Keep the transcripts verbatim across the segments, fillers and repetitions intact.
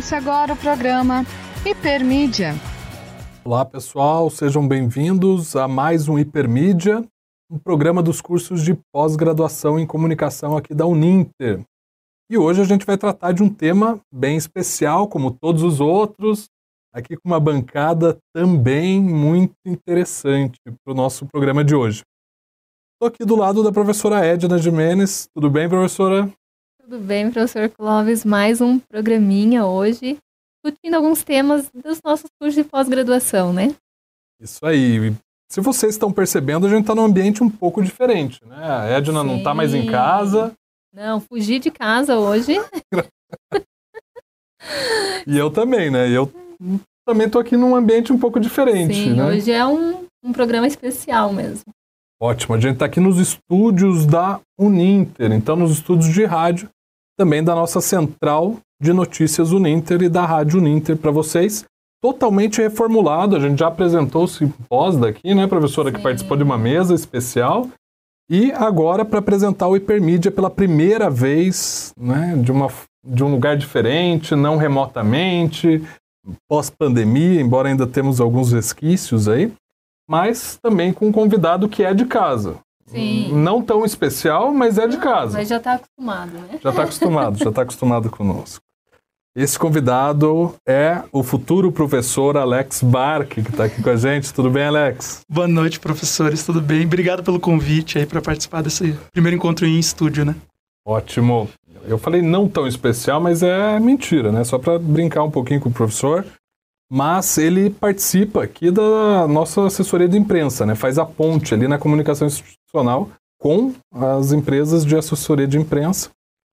Começa agora o programa Hipermídia. Olá pessoal, sejam bem-vindos a mais um Hipermídia, um programa dos cursos de pós-graduação em comunicação aqui da Uninter. E hoje a gente vai tratar de um tema bem especial, como todos os outros, aqui com uma bancada também muito interessante para o nosso programa de hoje. Estou aqui do lado da professora Edna Jimenez. Tudo bem, professora? Tudo bem, professor Clóvis. Mais um programinha hoje, discutindo alguns temas dos nossos cursos de pós-graduação, né? Isso aí. Se vocês estão percebendo, a gente está num ambiente um pouco diferente, né? A Edna Sim. não está mais em casa. Não, fugi de casa hoje. E eu também, né? Eu também estou aqui num ambiente um pouco diferente. Sim, né? Hoje é um, um programa especial mesmo. Ótimo, a gente está aqui nos estúdios da Uninter, então nos estúdios de rádio, também da nossa central de notícias Uninter e da Rádio Uninter para vocês, totalmente reformulado. A gente já apresentou o simpós daqui, né, professora, Sim. que participou de uma mesa especial, e agora para apresentar o Hipermídia pela primeira vez, né, de, uma, de um lugar diferente, não remotamente, pós-pandemia, embora ainda temos alguns resquícios aí, mas também com um convidado que é de casa. Sim. Não tão especial, mas é de casa. Mas já está acostumado, né? Já está acostumado, já está acostumado conosco. Esse convidado é o futuro professor Alex Barque, que está aqui com a gente. Tudo bem, Alex? Boa noite, professores. Tudo bem? Obrigado pelo convite aí para participar desse primeiro encontro em estúdio, né? Ótimo. Eu falei não tão especial, mas é mentira, né? Só para brincar um pouquinho com o professor. Mas ele participa aqui da nossa assessoria de imprensa, né? Faz a ponte ali na comunicação institucional com as empresas de assessoria de imprensa.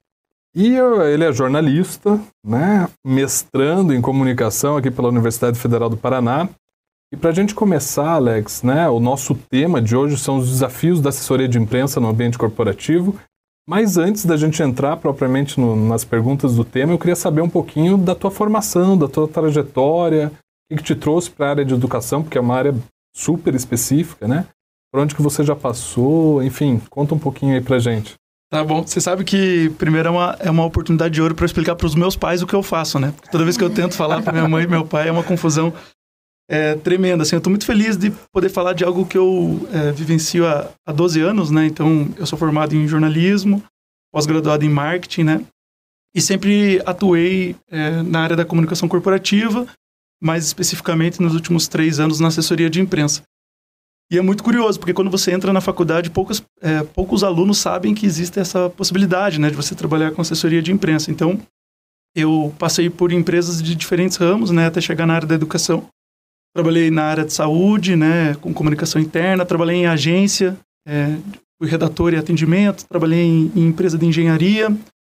E ele é jornalista, né? Mestrando em comunicação aqui pela Universidade Federal do Paraná. E para a gente começar, Alex, né? O nosso tema de hoje são os desafios da assessoria de imprensa no ambiente corporativo. Mas antes da gente entrar propriamente no, nas perguntas do tema, eu queria saber um pouquinho da tua formação, da tua trajetória, o que te trouxe para a área de educação, porque é uma área super específica, né? Por onde que você já passou, enfim, conta um pouquinho aí pra gente. Tá bom. Você sabe que, primeiro, é uma, é uma oportunidade de ouro para eu explicar para os meus pais o que eu faço, né? Porque toda vez que eu tento falar para minha mãe e meu pai, é uma confusão é, tremenda. Assim, eu estou muito feliz de poder falar de algo que eu é, vivencio há, há doze anos, né? Então, eu sou formado em jornalismo, pós-graduado em marketing, né? E sempre atuei é, na área da comunicação corporativa, mais especificamente nos últimos três anos na assessoria de imprensa. E é muito curioso, porque quando você entra na faculdade, poucos, é, poucos alunos sabem que existe essa possibilidade, né, de você trabalhar com assessoria de imprensa. Então, eu passei por empresas de diferentes ramos, né, até chegar na área da educação. Trabalhei na área de saúde, né, com comunicação interna, trabalhei em agência, é, fui redator e atendimento, trabalhei em, em empresa de engenharia,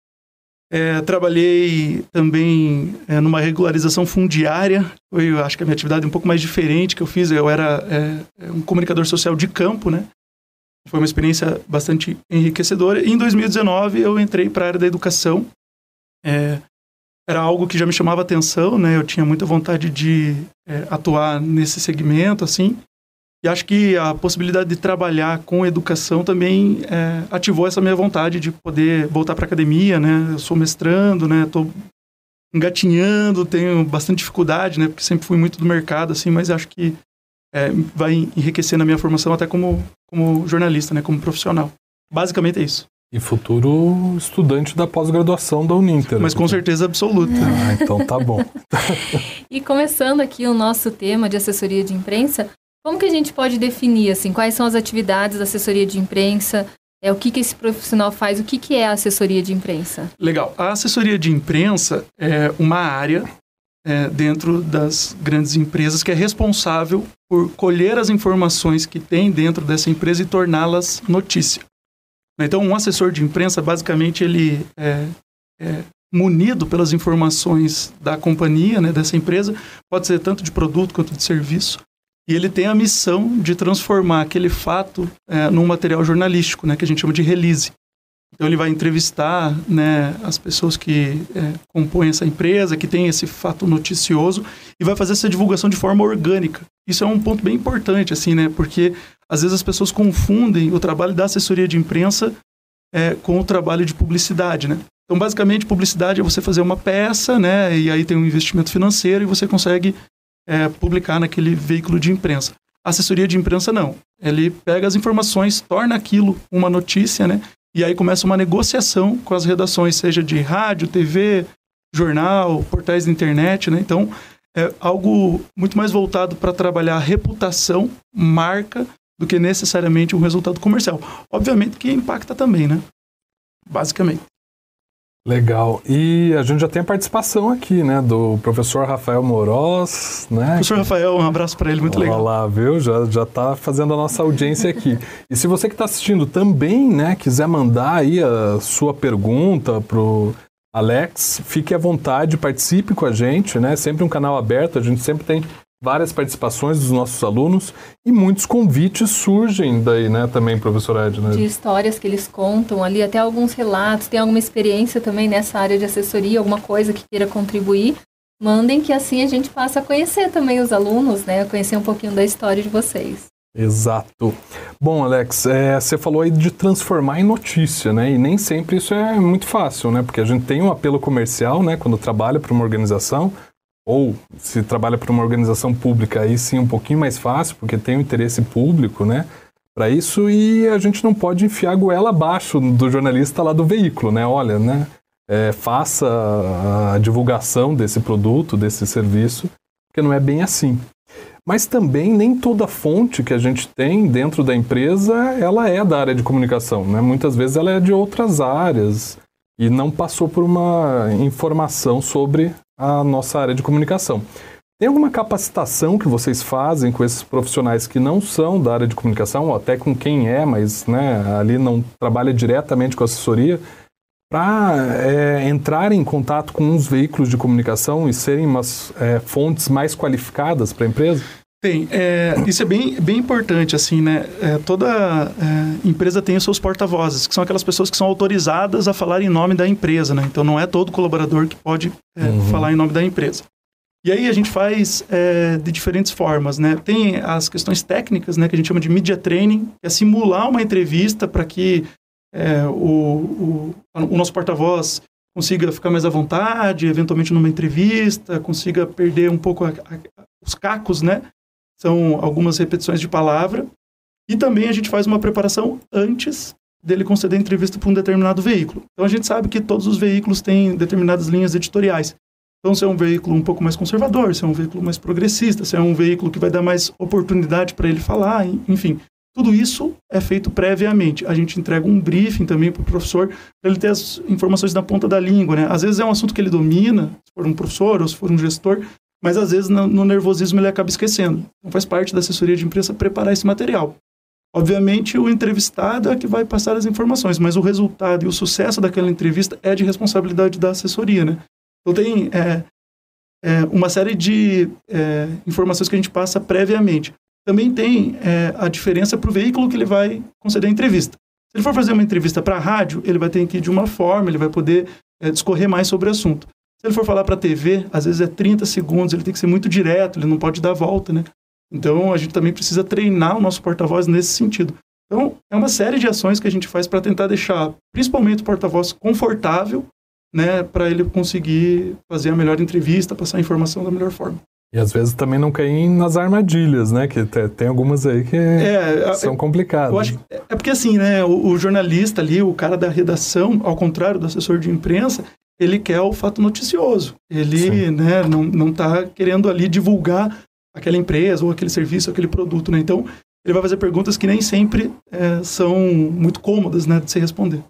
é, trabalhei também é, numa regularização fundiária. Foi, eu acho que a minha atividade é um pouco mais diferente que eu fiz. Eu era é, um comunicador social de campo, né? Foi uma experiência bastante enriquecedora. E em dois mil e dezenove eu entrei para a área da educação. É, era algo que já me chamava atenção, né? Eu tinha muita vontade de é, atuar nesse segmento, assim. E acho que a possibilidade de trabalhar com educação também é, ativou essa minha vontade de poder voltar para a academia, né? Eu sou mestrando, né? Estou engatinhando, tenho bastante dificuldade, né? Porque sempre fui muito do mercado, assim, mas acho que é, vai enriquecer na minha formação até como, como jornalista, né? Como profissional. Basicamente é isso. E futuro estudante da pós-graduação da Uninter. Mas com certeza absoluta. Ah, então tá bom. E começando aqui o nosso tema de assessoria de imprensa, como que a gente pode definir, assim, quais são as atividades da assessoria de imprensa, é, o que, que esse profissional faz, o que, que é a assessoria de imprensa? Legal. A assessoria de imprensa é uma área é, dentro das grandes empresas que é responsável por colher as informações que tem dentro dessa empresa e torná-las notícia. Então, um assessor de imprensa, basicamente, ele é, é munido pelas informações da companhia, né, dessa empresa, pode ser tanto de produto quanto de serviço, e ele tem a missão de transformar aquele fato é, num material jornalístico, né, que a gente chama de release. Então ele vai entrevistar, né, as pessoas que é, compõem essa empresa, que tem esse fato noticioso, e vai fazer essa divulgação de forma orgânica. Isso é um ponto bem importante, assim, né, porque às vezes as pessoas confundem o trabalho da assessoria de imprensa é, com o trabalho de publicidade, né? Então, basicamente, publicidade é você fazer uma peça, né? E aí tem um investimento financeiro e você consegue é, publicar naquele veículo de imprensa. A assessoria de imprensa, não. Ele pega as informações, torna aquilo uma notícia, né? E aí começa uma negociação com as redações, seja de rádio, T V, jornal, portais da internet, né? Então, é algo muito mais voltado para trabalhar reputação, marca, do que necessariamente um resultado comercial. Obviamente que impacta também, né? Basicamente. Legal. E a gente já tem a participação aqui, né, do professor Rafael Moroz, né? Professor Rafael, um abraço para ele, muito Olá, legal. Olá, viu? Já, já tá fazendo a nossa audiência aqui. E se você que está assistindo também, né, quiser mandar aí a sua pergunta pro Alex, fique à vontade, participe com a gente, né? Sempre um canal aberto, a gente sempre tem várias participações dos nossos alunos e muitos convites surgem daí, né, também, professor Edna? De histórias que eles contam ali, até alguns relatos, tem alguma experiência também nessa área de assessoria, alguma coisa que queira contribuir, mandem que assim a gente passa a conhecer também os alunos, né, a conhecer um pouquinho da história de vocês. Exato. Bom, Alex, é, você falou aí de transformar em notícia, né, e nem sempre isso é muito fácil, né, porque a gente tem um apelo comercial, né, quando trabalha para uma organização, ou se trabalha para uma organização pública, aí sim um pouquinho mais fácil, porque tem um interesse público, né, para isso, e a gente não pode enfiar a goela abaixo do jornalista lá do veículo, né, olha, né, é, faça a divulgação desse produto, desse serviço, porque não é bem assim. Mas também nem toda fonte que a gente tem dentro da empresa, ela é da área de comunicação, né, muitas vezes ela é de outras áreas e não passou por uma informação sobre a nossa área de comunicação. Tem alguma capacitação que vocês fazem com esses profissionais que não são da área de comunicação, ou até com quem é, mas né, ali não trabalha diretamente com assessoria, para é, entrar em contato com os veículos de comunicação e serem umas é, fontes mais qualificadas para a empresa? Tem. É, isso é bem, bem importante, assim, né? É, toda é, empresa tem os seus porta-vozes, que são aquelas pessoas que são autorizadas a falar em nome da empresa, né? Então, não é todo colaborador que pode é, uhum. falar em nome da empresa. E aí, a gente faz é, de diferentes formas, né? Tem as questões técnicas, né? Que a gente chama de media training, que é simular uma entrevista para que é, o, o, o nosso porta-voz consiga ficar mais à vontade, eventualmente numa entrevista, consiga perder um pouco a, a, os cacos, né? São algumas repetições de palavra. E também a gente faz uma preparação antes dele conceder entrevista para um determinado veículo. Então, a gente sabe que todos os veículos têm determinadas linhas editoriais. Então, se é um veículo um pouco mais conservador, se é um veículo mais progressista, se é um veículo que vai dar mais oportunidade para ele falar, enfim. Tudo isso é feito previamente. A gente entrega um briefing também para o professor, para ele ter as informações na ponta da língua, né? Às vezes é um assunto que ele domina, se for um professor ou se for um gestor, mas às vezes no, no nervosismo ele acaba esquecendo. Então faz parte da assessoria de imprensa preparar esse material. Obviamente o entrevistado é que vai passar as informações, mas o resultado e o sucesso daquela entrevista é de responsabilidade da assessoria, né? Então tem é, é, uma série de é, informações que a gente passa previamente. Também tem é, a diferença para o veículo que ele vai conceder a entrevista. Se ele for fazer uma entrevista para a rádio, ele vai ter que ir de uma forma, ele vai poder é, discorrer mais sobre o assunto. Se ele for falar para a T V, às vezes é trinta segundos, ele tem que ser muito direto, ele não pode dar volta, né? Então, a gente também precisa treinar o nosso porta-voz nesse sentido. Então, é uma série de ações que a gente faz para tentar deixar, principalmente o porta-voz confortável, né? Para ele conseguir fazer a melhor entrevista, passar a informação da melhor forma. E às vezes também não cair nas armadilhas, né? Que tem algumas aí que é, são complicadas. Eu acho que é porque assim, né? O, o jornalista ali, o cara da redação, ao contrário do assessor de imprensa, ele quer o fato noticioso. Ele né, não, não tá querendo ali divulgar aquela empresa, ou aquele serviço, ou aquele produto, né? Então, ele vai fazer perguntas que nem sempre é, são muito cômodas, né? De se responder.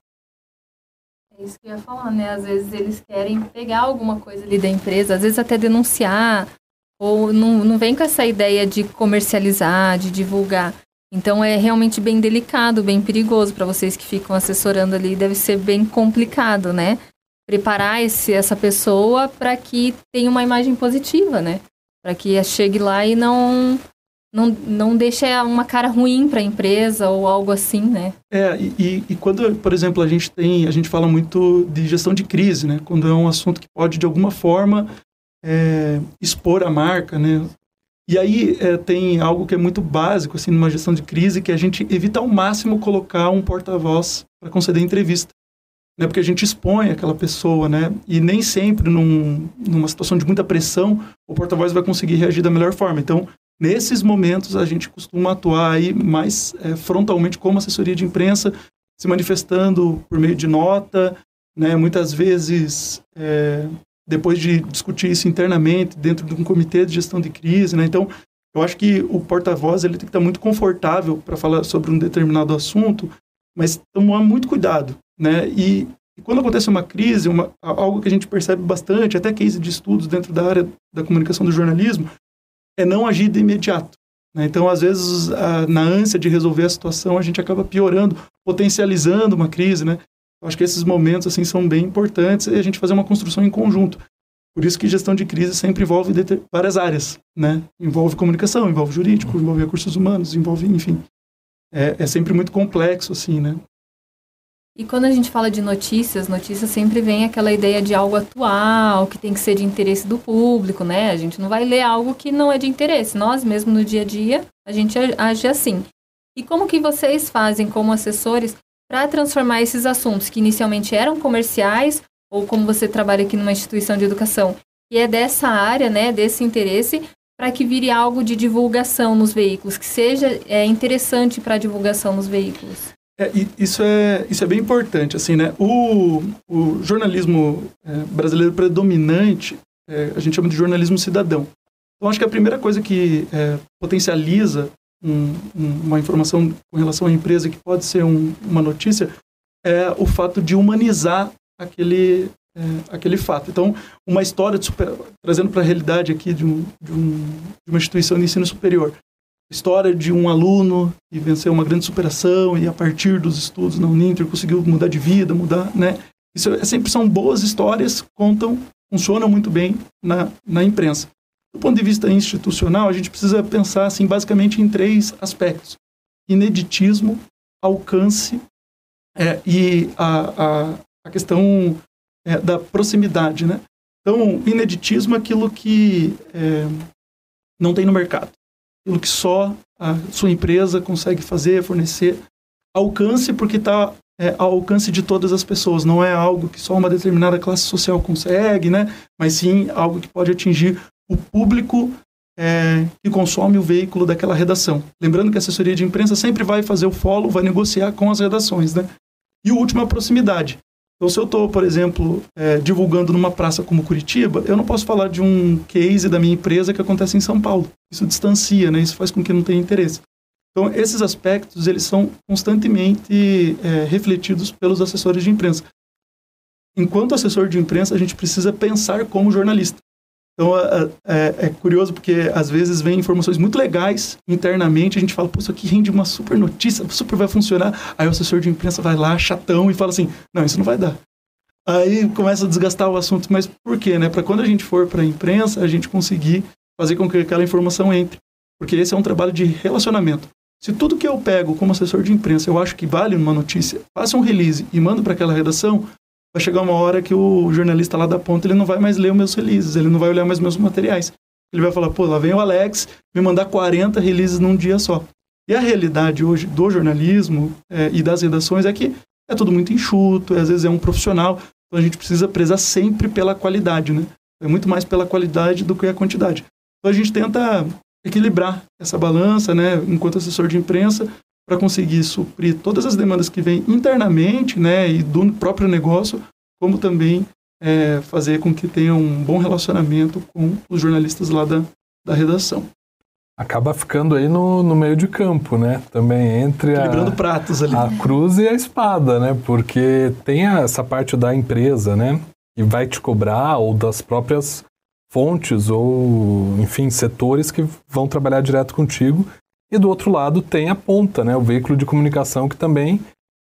É isso que eu ia falar, né? Às vezes eles querem pegar alguma coisa ali da empresa, às vezes até denunciar, ou não, não vem com essa ideia de comercializar, de divulgar. Então, é realmente bem delicado, bem perigoso para vocês que ficam assessorando ali, deve ser bem complicado, né? Preparar esse, essa pessoa para que tenha uma imagem positiva, né? Para que chegue lá e não, não, não deixe uma cara ruim para a empresa ou algo assim, né? É, e, e quando, por exemplo, a gente tem, a gente fala muito de gestão de crise, né? Quando é um assunto que pode, de alguma forma, é, expor a marca, né? E aí é, tem algo que é muito básico, assim, numa gestão de crise, que a gente evita ao máximo colocar um porta-voz para conceder entrevista. né? Porque a gente expõe aquela pessoa, né? E nem sempre num, numa situação de muita pressão o porta-voz vai conseguir reagir da melhor forma. Então, nesses momentos a gente costuma atuar aí mais é, frontalmente como assessoria de imprensa, se manifestando por meio de nota, né? Muitas vezes é, depois de discutir isso internamente dentro de um comitê de gestão de crise, né? Então, eu acho que o porta-voz ele tem que estar muito confortável para falar sobre um determinado assunto, mas tomar muito cuidado, né? E, e quando acontece uma crise, uma, algo que a gente percebe bastante, até case de estudos dentro da área da comunicação do jornalismo, é não agir de imediato, né? Então, às vezes, a, na ânsia de resolver a situação, a gente acaba piorando, potencializando uma crise, né? Eu acho que esses momentos assim são bem importantes e a gente fazer uma construção em conjunto. Por isso que gestão de crise sempre envolve várias áreas, né? Envolve comunicação, envolve jurídico, envolve recursos humanos, envolve, enfim. É, é sempre muito complexo, assim, né? E quando a gente fala de notícias, notícias sempre vem aquela ideia de algo atual, que tem que ser de interesse do público, né? A gente não vai ler algo que não é de interesse. Nós mesmo no dia a dia, a gente age assim. E como que vocês fazem como assessores para transformar esses assuntos que inicialmente eram comerciais, ou como você trabalha aqui numa instituição de educação, que é dessa área, né, desse interesse, para que vire algo de divulgação nos veículos, que seja é, interessante para a divulgação nos veículos? É, isso, é, isso é bem importante, assim, né? O, o jornalismo é, brasileiro predominante, é, a gente chama de jornalismo cidadão. Então, acho que a primeira coisa que é, potencializa um, um, uma informação com relação à empresa que pode ser um, uma notícia é o fato de humanizar aquele, é, aquele fato. Então, uma história, de super, trazendo para a realidade aqui de, um, de, um, de uma instituição de ensino superior, história de um aluno que venceu uma grande superação e a partir dos estudos na Uninter conseguiu mudar de vida, mudar, né? Isso é, sempre são boas histórias, contam, funcionam muito bem na, na imprensa. Do ponto de vista institucional, a gente precisa pensar, assim, basicamente em três aspectos: ineditismo, alcance é, e a, a, a questão é, da proximidade, né? Então, ineditismo é aquilo que é, não tem no mercado, aquilo que só a sua empresa consegue fazer, fornecer. Alcance, porque está é, ao alcance de todas as pessoas, não é algo que só uma determinada classe social consegue, né? Mas sim algo que pode atingir o público é, que consome o veículo daquela redação. Lembrando que a assessoria de imprensa sempre vai fazer o follow, vai negociar com as redações, né? E o último é a proximidade. Então, se eu estou, por exemplo, é, divulgando numa praça como Curitiba, eu não posso falar de um case da minha empresa que acontece em São Paulo. Isso distancia, né? Isso faz com que não tenha interesse. Então, esses aspectos, eles são constantemente é, refletidos pelos assessores de imprensa. Enquanto assessor de imprensa, a gente precisa pensar como jornalista. Então, é, é, é curioso porque, às vezes, vem informações muito legais internamente, a gente fala, pô, isso aqui rende uma super notícia, super vai funcionar. Aí o assessor de imprensa vai lá, chatão, e fala assim, não, isso não vai dar. Aí começa a desgastar o assunto, mas por quê, né? Para quando a gente for para a imprensa, a gente conseguir fazer com que aquela informação entre. Porque esse é um trabalho de relacionamento. Se tudo que eu pego como assessor de imprensa, eu acho que vale uma notícia, faça um release e mando para aquela redação, vai chegar uma hora que o jornalista lá da ponta, ele não vai mais ler os meus releases, ele não vai olhar mais meus materiais. Ele vai falar, pô, lá vem o Alex me mandar quarenta releases num dia só. E a realidade hoje do jornalismo é, e das redações é que é tudo muito enxuto, às vezes é um profissional, então a gente precisa prezar sempre pela qualidade, né? É muito mais pela qualidade do que a quantidade. Então a gente tenta equilibrar essa balança, né, enquanto assessor de imprensa, para conseguir suprir todas as demandas que vêm internamente, né, e do próprio negócio, como também é, fazer com que tenha um bom relacionamento com os jornalistas lá da, da redação. Acaba ficando aí no, no meio de campo, né? Também entre Equilibrando a, pratos ali. a cruz e a espada, né? Porque tem essa parte da empresa, né? Que vai te cobrar, ou das próprias fontes, ou, enfim, setores que vão trabalhar direto contigo. E do outro lado tem a ponta, né? O veículo de comunicação, que também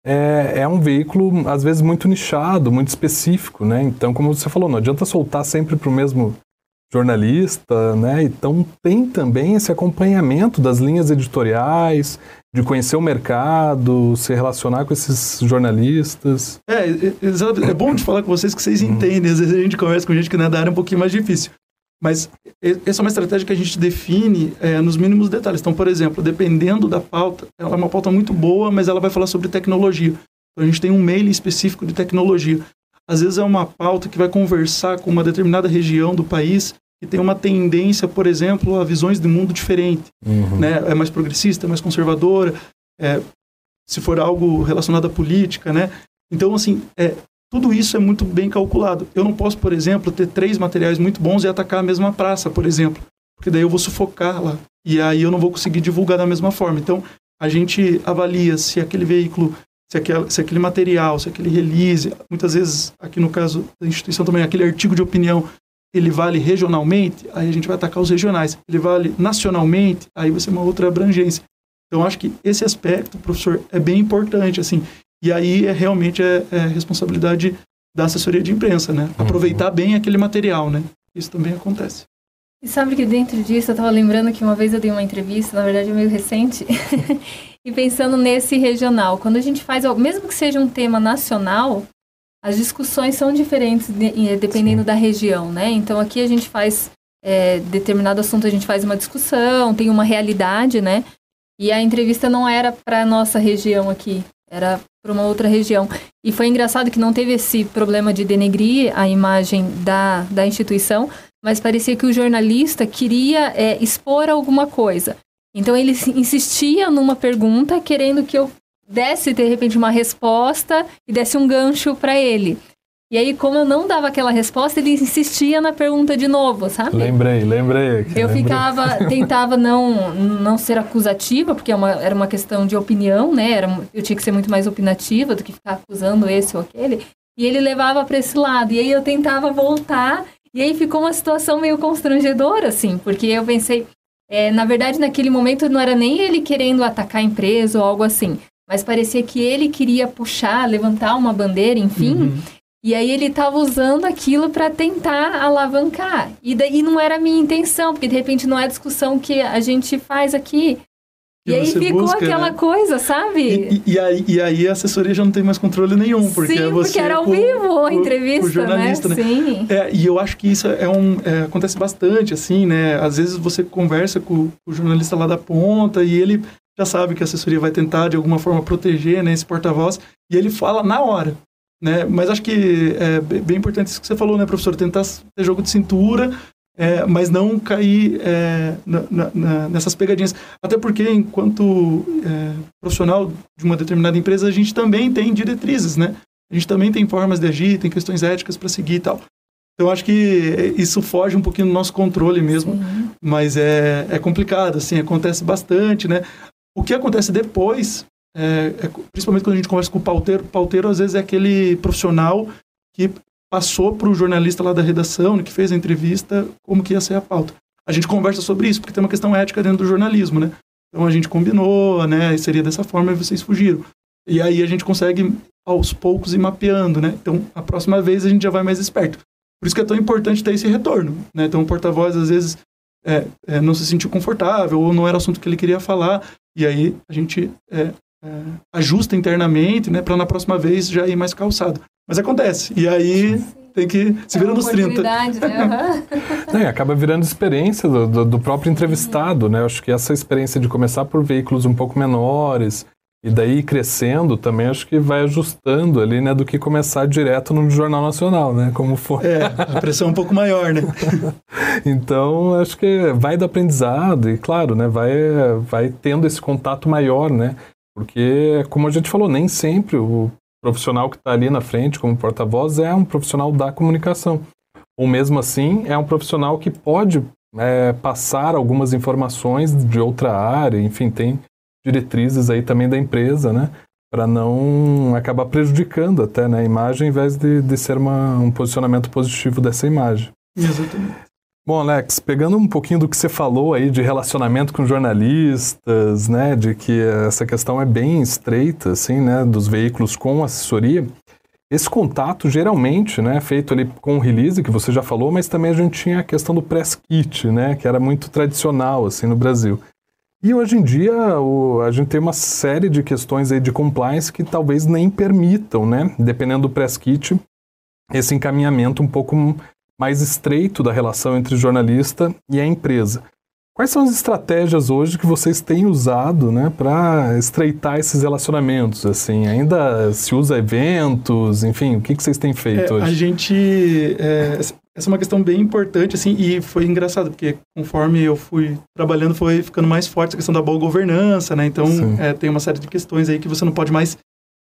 é, é um veículo, às vezes, muito nichado, muito específico, né? Então, como você falou, não adianta soltar sempre para o mesmo jornalista, né? Então tem também esse acompanhamento das linhas editoriais, de conhecer o mercado, se relacionar com esses jornalistas. É, é, é bom de falar com vocês que vocês entendem. Às vezes a gente conversa com gente que não é da área, é um pouquinho mais difícil. Mas essa é uma estratégia que a gente define é, nos mínimos detalhes. Então, por exemplo, dependendo da pauta, ela é uma pauta muito boa, mas ela vai falar sobre tecnologia. Então, a gente tem um mailing específico de tecnologia. Às vezes é uma pauta que vai conversar com uma determinada região do país que tem uma tendência, por exemplo, a visões de mundo diferente. Uhum. Né? É mais progressista, é mais conservadora, é, se for algo relacionado à política, né? Então, assim, é, tudo isso é muito bem calculado. Eu não posso, por exemplo, ter três materiais muito bons e atacar a mesma praça, por exemplo, porque daí eu vou sufocar lá. E aí eu não vou conseguir divulgar da mesma forma. Então, a gente avalia se aquele veículo, se aquele, se aquele material, se aquele release, muitas vezes, aqui no caso da instituição também, aquele artigo de opinião, ele vale regionalmente, aí a gente vai atacar os regionais. Ele vale nacionalmente, aí vai ser uma outra abrangência. Então, acho que esse aspecto, professor, é bem importante, assim. E aí, é, realmente, é, é responsabilidade da assessoria de imprensa, né? Aproveitar uhum. bem aquele material, né? Isso também acontece. E sabe que dentro disso, eu estava lembrando que uma vez eu dei uma entrevista, na verdade é meio recente, e pensando nesse regional. Quando a gente faz, mesmo que seja um tema nacional, as discussões são diferentes de, dependendo Sim. da região, né? Então, aqui a gente faz, é, determinado assunto, a gente faz uma discussão, tem uma realidade, né? E a entrevista não era para a nossa região aqui, era para uma outra região. E foi engraçado que não teve esse problema de denegrir a imagem da, da instituição, mas parecia que o jornalista queria é, expor alguma coisa. Então, ele insistia numa pergunta, querendo que eu desse, de repente, uma resposta e desse um gancho para ele. E aí, como eu não dava aquela resposta, ele insistia na pergunta de novo, sabe? Lembrei, lembrei. Eu lembrei. ficava, tentava não, não ser acusativa, porque é uma, era uma questão de opinião, né? Era, eu tinha que ser muito mais opinativa do que ficar acusando esse ou aquele. E ele levava para esse lado. E aí, eu tentava voltar. E aí, ficou uma situação meio constrangedora, assim. Porque eu pensei, é, na verdade, naquele momento, não era nem ele querendo atacar a empresa ou algo assim. Mas parecia que ele queria puxar, levantar uma bandeira, enfim... Uhum. E aí ele estava usando aquilo para tentar alavancar. E daí não era a minha intenção, porque de repente não é a discussão que a gente faz aqui. E, e aí ficou busca, aquela né? coisa, sabe? E, e, e, aí, e aí a assessoria já não tem mais controle nenhum. Porque Sim, é você porque era ao com, vivo a com, entrevista, com o jornalista, né? né? Sim. É, e eu acho que isso é um, é, acontece bastante, assim, né? Às vezes você conversa com, com o jornalista lá da ponta e ele já sabe que a assessoria vai tentar, de alguma forma, proteger, né, esse porta-voz. E ele fala na hora. Né? Mas acho que é bem importante isso que você falou, né, professor? Tentar ter jogo de cintura, é, mas não cair é, na, na, nessas pegadinhas. Até porque, enquanto é, profissional de uma determinada empresa, a gente também tem diretrizes, né? A gente também tem formas de agir, tem questões éticas para seguir e tal. Então, acho que isso foge um pouquinho do nosso controle mesmo. Sim. Mas é, é complicado, assim, acontece bastante, né? O que acontece depois... É, é, principalmente quando a gente conversa com o pauteiro, o pauteiro às vezes é aquele profissional que passou para o jornalista lá da redação, que fez a entrevista, como que ia ser a pauta. A gente conversa sobre isso, porque tem uma questão ética dentro do jornalismo, né? Então a gente combinou, né? Seria dessa forma e vocês fugiram. E aí a gente consegue, aos poucos, ir mapeando, né? Então a próxima vez a gente já vai mais esperto. Por isso que é tão importante ter esse retorno, né? Então o porta-voz às vezes é, é, não se sentiu confortável ou não era o assunto que ele queria falar, e aí a gente... É, É, ajusta internamente, né, para na próxima vez já ir mais calçado. Mas acontece. E aí Sim. tem que se virar é nos trinta. Né? Uhum. É, acaba virando experiência do, do, do próprio entrevistado, né? Acho que essa experiência de começar por veículos um pouco menores e daí ir crescendo também, acho que vai ajustando ali, né, do que começar direto no Jornal Nacional, né? Como foi. É, a pressão é um pouco maior, né? Então, acho que vai do aprendizado e, claro, né, vai, vai tendo esse contato maior, né? Porque, como a gente falou, nem sempre o profissional que está ali na frente como porta-voz é um profissional da comunicação. Ou mesmo assim, é um profissional que pode é, passar algumas informações de outra área, enfim, tem diretrizes aí também da empresa, né? Para não acabar prejudicando até, né, a imagem, em vez de, de ser uma, um posicionamento positivo dessa imagem. Exatamente. Bom, Alex, pegando um pouquinho do que você falou aí de relacionamento com jornalistas, né, de que essa questão é bem estreita, assim, né, dos veículos com assessoria, esse contato geralmente, né, é feito ali com o release, que você já falou, mas também a gente tinha a questão do press kit, né, que era muito tradicional, assim, no Brasil. E hoje em dia o, a gente tem uma série de questões aí de compliance que talvez nem permitam, né, dependendo do press kit, esse encaminhamento um pouco mais estreito da relação entre o jornalista e a empresa. Quais são as estratégias hoje que vocês têm usado, né, para estreitar esses relacionamentos? Assim, ainda se usa eventos, enfim, o que, que vocês têm feito é, hoje? A gente, é, essa é uma questão bem importante, assim, e foi engraçado, porque conforme eu fui trabalhando, foi ficando mais forte a questão da boa governança, né? Então, é, tem uma série de questões aí que você não pode mais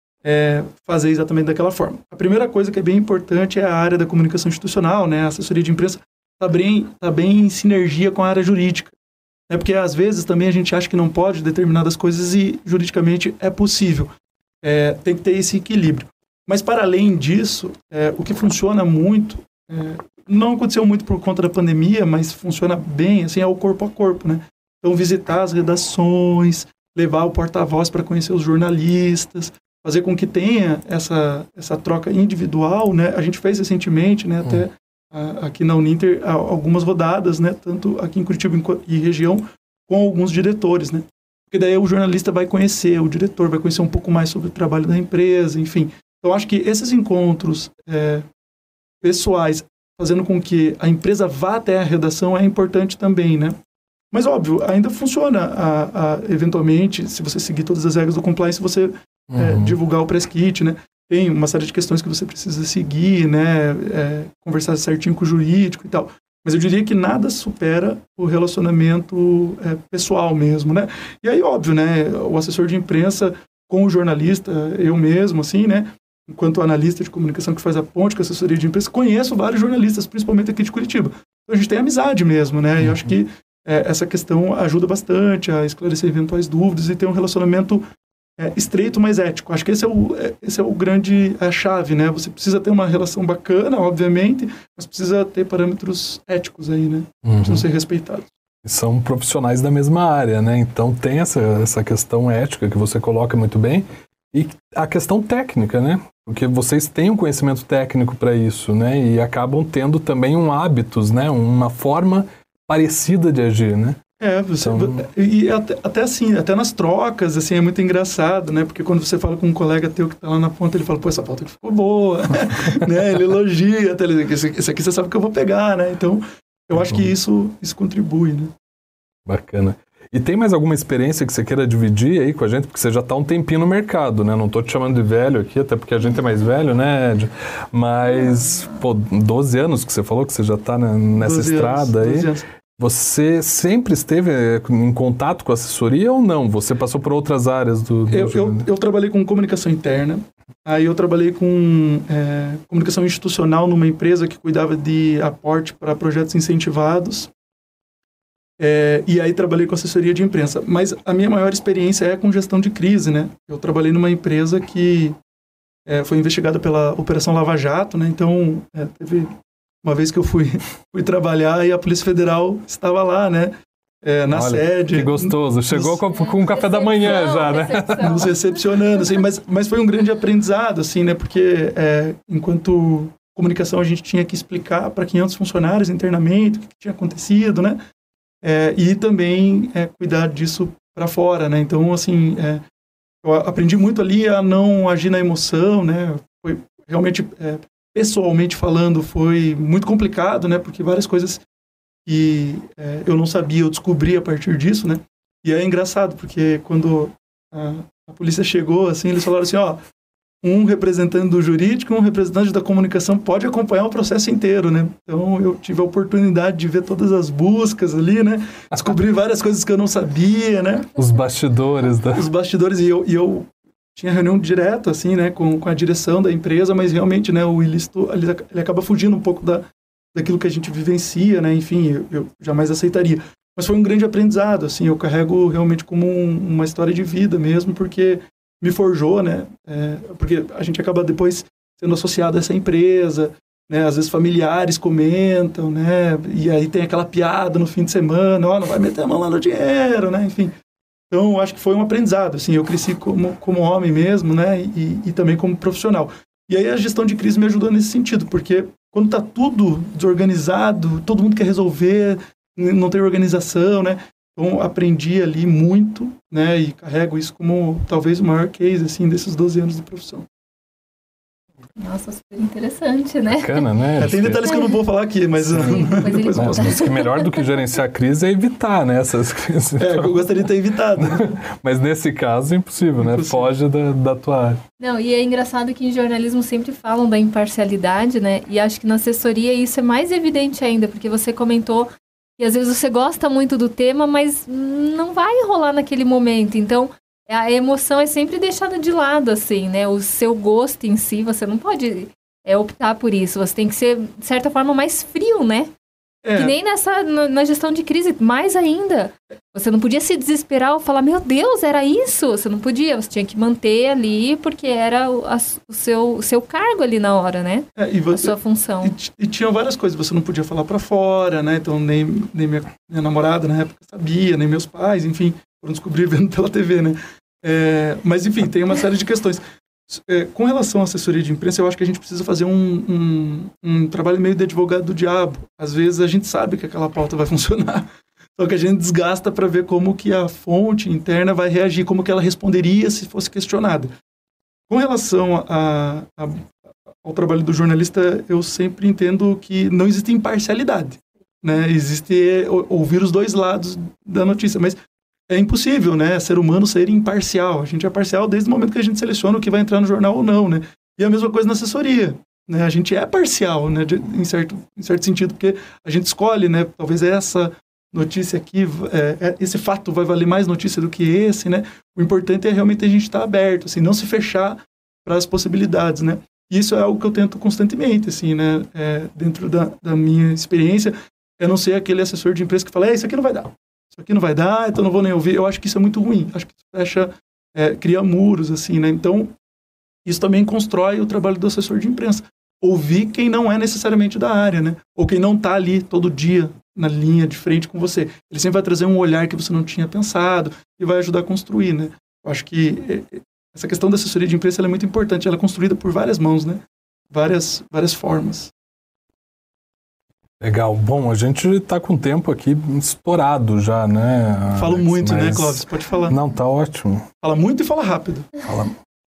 é, fazer exatamente daquela forma. A primeira coisa que é bem importante é a área da comunicação institucional, né? A assessoria de imprensa está bem, tá bem em sinergia com a área jurídica. É porque, às vezes, também a gente acha que não pode determinadas coisas e, juridicamente, é possível. É, tem que ter esse equilíbrio. Mas, para além disso, é, o que funciona muito, é, não aconteceu muito por conta da pandemia, mas funciona bem, assim, é o corpo a corpo, né? Então, visitar as redações, levar o porta-voz para conhecer os jornalistas, fazer com que tenha essa, essa troca individual, né? A gente fez recentemente, né, até... Hum. aqui na Uninter, algumas rodadas, né, tanto aqui em Curitiba e região, com alguns diretores, né, porque daí o jornalista vai conhecer, o diretor vai conhecer um pouco mais sobre o trabalho da empresa, enfim. Então, acho que esses encontros é, pessoais, fazendo com que a empresa vá até a redação, é importante também, né. Mas, óbvio, ainda funciona, a, a, eventualmente, se você seguir todas as regras do compliance, você uhum. é, divulgar o press kit, né. Tem uma série de questões que você precisa seguir, né, é, conversar certinho com o jurídico e tal. Mas eu diria que nada supera o relacionamento é, pessoal mesmo, né. E aí, óbvio, né, o assessor de imprensa com o jornalista, eu mesmo, assim, né, enquanto analista de comunicação que faz a ponte com a assessoria de imprensa, conheço vários jornalistas, principalmente aqui de Curitiba. Então a gente tem amizade mesmo, né, e eu acho que é, essa questão ajuda bastante a esclarecer eventuais dúvidas e ter um relacionamento É, estreito, mas ético. Acho que esse é o, esse é o grande a chave, né? Você precisa ter uma relação bacana, obviamente, mas precisa ter parâmetros éticos aí, né? Uhum. Precisam ser respeitados. São profissionais da mesma área, né? Então tem essa, essa questão ética que você coloca muito bem e a questão técnica, né? Porque vocês têm um conhecimento técnico para isso, né? E acabam tendo também um hábitos, né? Uma forma parecida de agir, né? É, você, então... e até, até assim, até nas trocas, assim, é muito engraçado, né, porque quando você fala com um colega teu que tá lá na ponta, ele fala, pô, essa pauta aqui ficou boa, né, ele elogia, até ele diz, esse aqui você sabe que eu vou pegar, né, então, eu acho que isso, isso contribui, né. Bacana. E tem mais alguma experiência que você queira dividir aí com a gente? Porque você já tá um tempinho no mercado, né, não tô te chamando de velho aqui, até porque a gente é mais velho, né, Ed? Mas, pô, doze anos que você falou que você já tá nessa estrada aí. Anos. Você sempre esteve em contato com a assessoria ou não? Você passou por outras áreas do... do eu, eu, eu trabalhei com comunicação interna, aí eu trabalhei com é, comunicação institucional numa empresa que cuidava de aporte para projetos incentivados, é, e aí trabalhei com assessoria de imprensa. Mas a minha maior experiência é com gestão de crise, né? Eu trabalhei numa empresa que é, foi investigada pela Operação Lava Jato, né? Então, é, teve... Uma vez que eu fui, fui trabalhar e a Polícia Federal estava lá, né? É, na Olha, sede. Que gostoso. Chegou nos, com, com o café da manhã já, né? Recepção. Nos recepcionando, assim. Mas, mas foi um grande aprendizado, assim, né? Porque é, enquanto comunicação a gente tinha que explicar para quinhentos funcionários internamente o que tinha acontecido, né? É, e também é, cuidar disso para fora, né? Então, assim, é, eu aprendi muito ali a não agir na emoção, né? Foi realmente... É, pessoalmente falando, foi muito complicado, né? Porque várias coisas que é, eu não sabia, eu descobri a partir disso, né? E é engraçado, porque quando a, a polícia chegou, assim, eles falaram assim, ó, um representante do jurídico, um representante da comunicação pode acompanhar o processo inteiro, né? Então, eu tive a oportunidade de ver todas as buscas ali, né? Descobri várias coisas que eu não sabia, né? Os bastidores. Da... Os bastidores, e eu... E eu tinha reunião direto, assim, né, com, com a direção da empresa, mas realmente, né, o ilícito, ele, ele acaba fugindo um pouco da, daquilo que a gente vivencia, né, enfim, eu, eu jamais aceitaria. Mas foi um grande aprendizado, assim, eu carrego realmente como um, uma história de vida mesmo, porque me forjou, né, é, porque a gente acaba depois sendo associado a essa empresa, né, às vezes familiares comentam, né, e aí tem aquela piada no fim de semana, ó, oh, não vai meter a mão lá no dinheiro, né, enfim... Então, acho que foi um aprendizado, assim, eu cresci como, como homem mesmo, né, e, e também como profissional. E aí a gestão de crise me ajudou nesse sentido, porque quando está tudo desorganizado, todo mundo quer resolver, não tem organização, né, então aprendi ali muito, né, e carrego isso como talvez o maior case, assim, desses doze anos de profissão. Nossa, super interessante, né? Bacana, né? É, tem detalhes que eu não vou falar aqui, mas... Sim, depois ele Mas, mas que melhor do que gerenciar a crise é evitar, né, essas crises. É, que eu gostaria de ter evitado. Né? Mas nesse caso é impossível, né? Impossível. Foge da, da tua área. Não, e é engraçado que em jornalismo sempre falam da imparcialidade, né? E acho que na assessoria isso é mais evidente ainda, porque você comentou que às vezes você gosta muito do tema, mas não vai rolar naquele momento. Então, a emoção é sempre deixada de lado, assim, né? O seu gosto em si, você não pode é, optar por isso. Você tem que ser, de certa forma, mais frio, né? É. Que nem nessa, na, na gestão de crise, mais ainda. Você não podia se desesperar ou falar, meu Deus, era isso? Você não podia, você tinha que manter ali, porque era o, a, o, seu, o seu cargo ali na hora, né? É, e você, a sua função. E, e tinha várias coisas, você não podia falar pra fora, né? Então nem, nem minha, minha namorada na época sabia, nem meus pais, enfim, foram descobrir vendo pela T V, né? É, mas enfim, tem uma série de questões. É, com relação à assessoria de imprensa, eu acho que a gente precisa fazer um, um, um trabalho meio de advogado do diabo. Às vezes a gente sabe que aquela pauta vai funcionar, só que a gente desgasta para ver como que a fonte interna vai reagir, como que ela responderia se fosse questionada. Com relação a, a, ao trabalho do jornalista, eu sempre entendo que não existe imparcialidade, né? Existe ouvir os dois lados da notícia, mas é impossível, né, ser humano ser imparcial. A gente é parcial desde o momento que a gente seleciona o que vai entrar no jornal ou não, né? E a mesma coisa na assessoria, né? A gente é parcial, né, de, em, certo, em certo sentido, porque a gente escolhe, né, talvez essa notícia aqui, é, é, esse fato vai valer mais notícia do que esse, né? O importante é realmente a gente estar aberto, assim, não se fechar para as possibilidades, né? E isso é algo que eu tento constantemente, assim, né, é, dentro da, da minha experiência, é não ser aquele assessor de imprensa que fala, é, isso aqui não vai dar. Isso aqui não vai dar, então não vou nem ouvir. Eu acho que isso é muito ruim. Acho que isso fecha, é, cria muros, assim, né? Então, isso também constrói o trabalho do assessor de imprensa. Ouvir quem não é necessariamente da área, né? Ou quem não está ali todo dia na linha de frente com você. Ele sempre vai trazer um olhar que você não tinha pensado e vai ajudar a construir, né? Eu acho que essa questão da assessoria de imprensa ela é muito importante. Ela é construída por várias mãos, né? Várias, várias formas. Legal. Bom, a gente está com o tempo aqui estourado já, né? Falo Alex, muito, mas... né, Clóvis? Pode falar. Não, tá ótimo. Fala muito e fala rápido. Fala...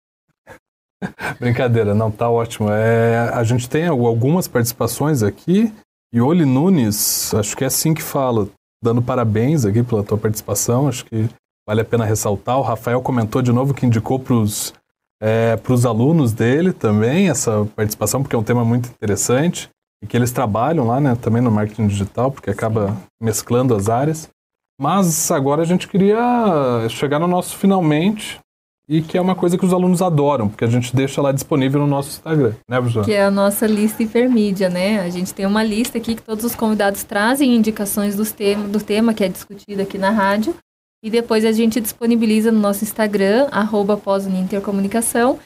Brincadeira, não, tá ótimo. É, a gente tem algumas participações aqui e Oli Nunes, acho que é assim que fala, dando parabéns aqui pela tua participação, acho que vale a pena ressaltar. O Rafael comentou de novo que indicou para os é, pros alunos dele também essa participação, porque é um tema muito interessante. E que eles trabalham lá, né, também no marketing digital, porque acaba mesclando as áreas. Mas agora a gente queria chegar no nosso finalmente, e que é uma coisa que os alunos adoram, porque a gente deixa lá disponível no nosso Instagram, né, professor? Que é a nossa lista hipermídia, né? A gente tem uma lista aqui que todos os convidados trazem indicações dos tema, do tema que é discutido aqui na rádio, e depois a gente disponibiliza no nosso Instagram, arroba pós-unintercomunicação.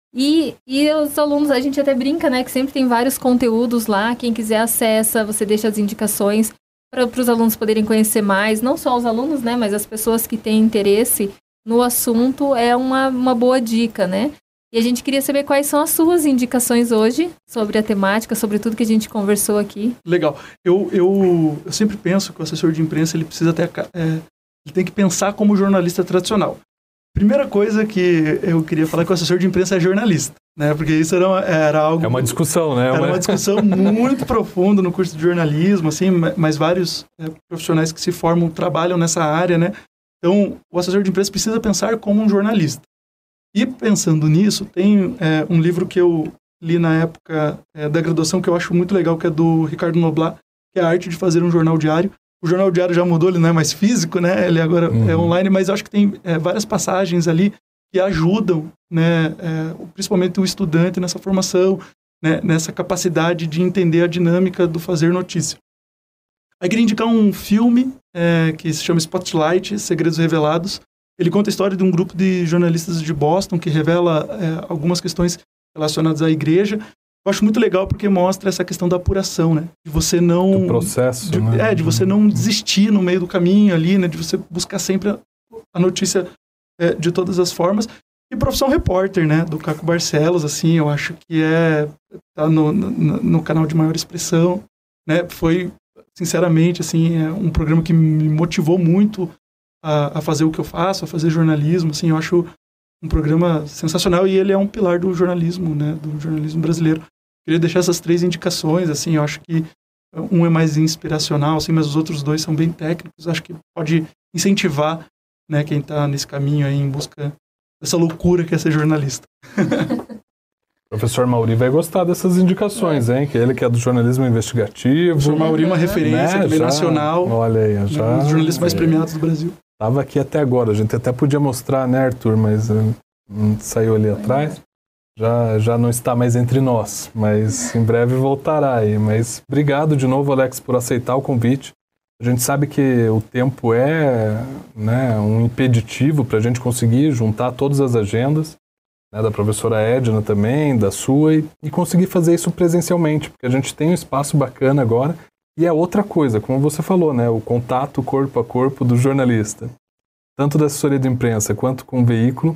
E, e os alunos, a gente até brinca, né, que sempre tem vários conteúdos lá, quem quiser acessa, você deixa as indicações para os alunos poderem conhecer mais, não só os alunos, né, mas as pessoas que têm interesse no assunto, é uma, uma boa dica, né? E a gente queria saber quais são as suas indicações hoje sobre a temática, sobre tudo que a gente conversou aqui. Legal. Eu, eu, eu sempre penso que o assessor de imprensa, ele precisa ter, é, ele tem que pensar como jornalista tradicional. Primeira coisa que eu queria falar é que o assessor de imprensa é jornalista, né? Porque isso era, era algo... É uma discussão, né? Era uma discussão muito profunda no curso de jornalismo, assim, mas vários é, profissionais que se formam trabalham nessa área, né? Então, o assessor de imprensa precisa pensar como um jornalista. E pensando nisso, tem é, um livro que eu li na época é, da graduação que eu acho muito legal, que é do Ricardo Noblat, que é a arte de fazer um jornal diário. O jornal diário já mudou, ele não é mais físico, né? Ele agora uhum. é online, mas eu acho que tem é, várias passagens ali que ajudam, né? É, principalmente o estudante nessa formação, né? Nessa capacidade de entender a dinâmica do fazer notícia. Aí queria indicar um filme é, que se chama Spotlight, Segredos Revelados. Ele conta a história de um grupo de jornalistas de Boston que revela é, algumas questões relacionadas à igreja. Eu acho muito legal porque mostra essa questão da apuração, né? De você não... Do processo, de, né? É, de você não desistir no meio do caminho ali, né? De você buscar sempre a, a notícia é, de todas as formas. E Profissão Repórter, né? Do Caco Barcelos, assim, eu acho que é... Tá no, no, no canal de maior expressão, né? Foi, sinceramente, assim, é um programa que me motivou muito a, a fazer o que eu faço, a fazer jornalismo, assim, eu acho um programa sensacional e ele é um pilar do jornalismo, né, do jornalismo brasileiro. Queria deixar essas três indicações, assim, eu acho que um é mais inspiracional, assim, mas os outros dois são bem técnicos, acho que pode incentivar, né, quem está nesse caminho aí em busca dessa loucura que é ser jornalista. O professor Mauri vai gostar dessas indicações, é. hein? Que ele que é do jornalismo investigativo. O professor Mauri é uma referência né? também já, nacional. Olha aí, já. Um dos jornalistas mais premiados do Brasil. Estava aqui até agora, a gente até podia mostrar, né, Arthur, mas uh, saiu ali atrás. Já, já não está mais entre nós, mas em breve voltará aí. Mas obrigado de novo, Alex, por aceitar o convite. A gente sabe que o tempo é, né, um impeditivo para a gente conseguir juntar todas as agendas, né, da professora Edna também, da sua, e, e conseguir fazer isso presencialmente, porque a gente tem um espaço bacana agora, e é outra coisa, como você falou, né, o contato corpo a corpo do jornalista, tanto da assessoria de imprensa quanto com o veículo,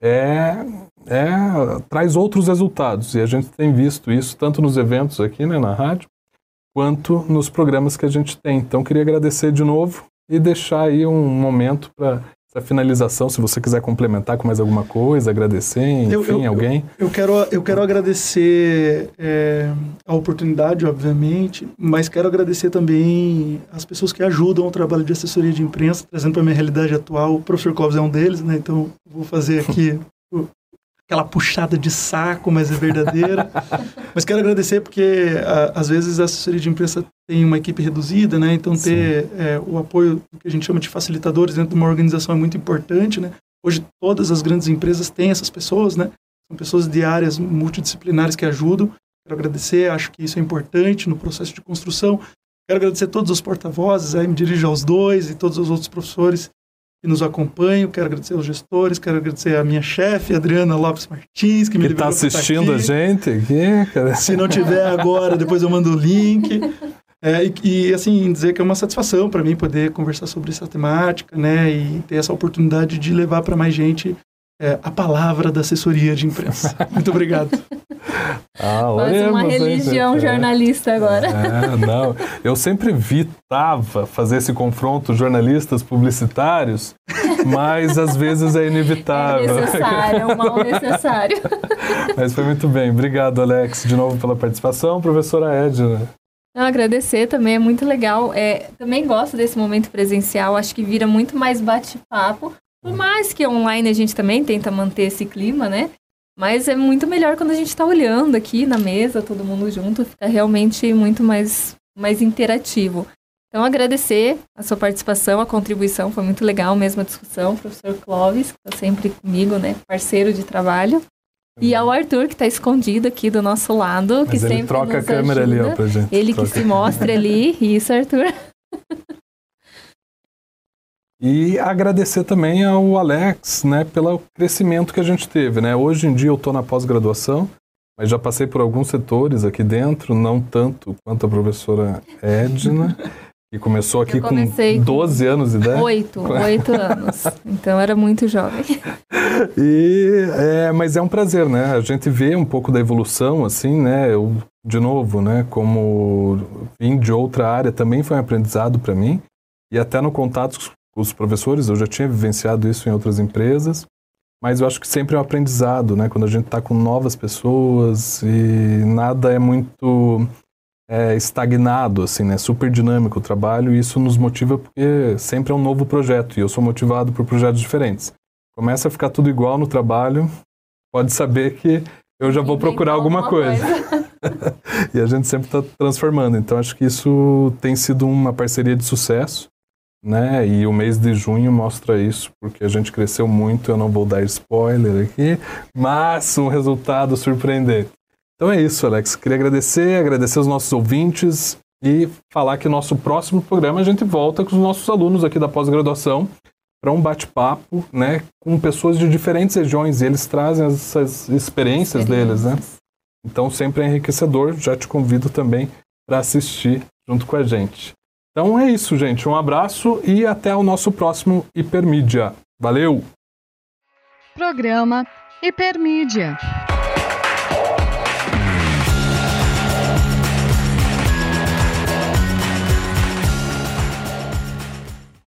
é, é, traz outros resultados, e a gente tem visto isso tanto nos eventos aqui, né, na rádio, quanto nos programas que a gente tem. Então, queria agradecer de novo e deixar aí um momento para essa finalização, se você quiser complementar com mais alguma coisa, agradecer, enfim, eu, eu, alguém. Eu, eu, quero, eu quero agradecer é, a oportunidade, obviamente, mas quero agradecer também as pessoas que ajudam o trabalho de assessoria de imprensa, trazendo para a minha realidade atual. O professor Clóvis é um deles, né? Então, vou fazer aqui aquela puxada de saco, mas é verdadeira. Mas quero agradecer porque, a, às vezes, a assessoria de imprensa tem uma equipe reduzida, né? Então, ter é, o apoio do que a gente chama de facilitadores dentro de uma organização é muito importante, né? Hoje, todas as grandes empresas têm essas pessoas, né? São pessoas de áreas multidisciplinares que ajudam. Quero agradecer, acho que isso é importante no processo de construção. Quero agradecer a todos os porta-vozes, aí me dirijo aos dois e todos os outros professores que nos acompanham, quero agradecer aos gestores, quero agradecer a minha chefe, Adriana Lopes Martins, que me liberou está assistindo a gente aqui, cara. Se não tiver agora, depois eu mando o link. É, e, e, assim, dizer que é uma satisfação para mim poder conversar sobre essa temática, né, e ter essa oportunidade de levar para mais gente é, a palavra da assessoria de imprensa. Muito obrigado. Ah, Quase uma religião é. jornalista agora. É, não. Eu sempre evitava fazer esse confronto jornalistas publicitários, mas às vezes é inevitável. É necessário, é um mal necessário. Mas foi muito bem. Obrigado, Alex, de novo pela participação. Professora Edna. Não, agradecer também, é muito legal. É, também gosto desse momento presencial, acho que vira muito mais bate-papo. Por mais que online a gente também tenta manter esse clima, né? Mas é muito melhor quando a gente está olhando aqui na mesa, todo mundo junto, fica realmente muito mais, mais interativo. Então, agradecer a sua participação, a contribuição, foi muito legal mesmo a discussão. O professor Clóvis, que está sempre comigo, né, parceiro de trabalho. E ao Arthur, que está escondido aqui do nosso lado, Mas que ele sempre troca nos a câmera ajuda. ali, ó, pra gente. Ele troca. Que se mostra ali. Isso, Arthur. E agradecer também ao Alex, né, pelo crescimento que a gente teve, né? Hoje em dia eu estou na pós-graduação, mas já passei por alguns setores aqui dentro, não tanto quanto a professora Edna, que começou aqui com doze anos de idade. Oito, oito anos. Então era muito jovem. E, é, mas é um prazer, né? A gente vê um pouco da evolução, assim, né? Eu, de novo, né? Como vim de outra área, também foi um aprendizado para mim. E até no contato com os professores, eu já tinha vivenciado isso em outras empresas. Mas eu acho que sempre é um aprendizado, né? Quando a gente está com novas pessoas e nada é muito é, estagnado, assim, né? Super dinâmico o trabalho, e isso nos motiva porque sempre é um novo projeto. E eu sou motivado por projetos diferentes. Começa a ficar tudo igual no trabalho, pode saber que eu já vou procurar alguma coisa. coisa. E a gente sempre está transformando. Então, acho que isso tem sido uma parceria de sucesso, né? E o mês de junho mostra isso, porque a gente cresceu muito. Eu não vou dar spoiler aqui, mas um resultado surpreendente. Então é isso, Alex. Queria agradecer, agradecer aos nossos ouvintes e falar que no nosso próximo programa a gente volta com os nossos alunos aqui da pós-graduação para um bate-papo, né, com pessoas de diferentes regiões, e eles trazem essas experiências deles, né? Então sempre é enriquecedor. Já te convido também para assistir junto com a gente. Então é isso, gente. Um abraço e até o nosso próximo Hipermídia. Valeu! Programa Hipermídia.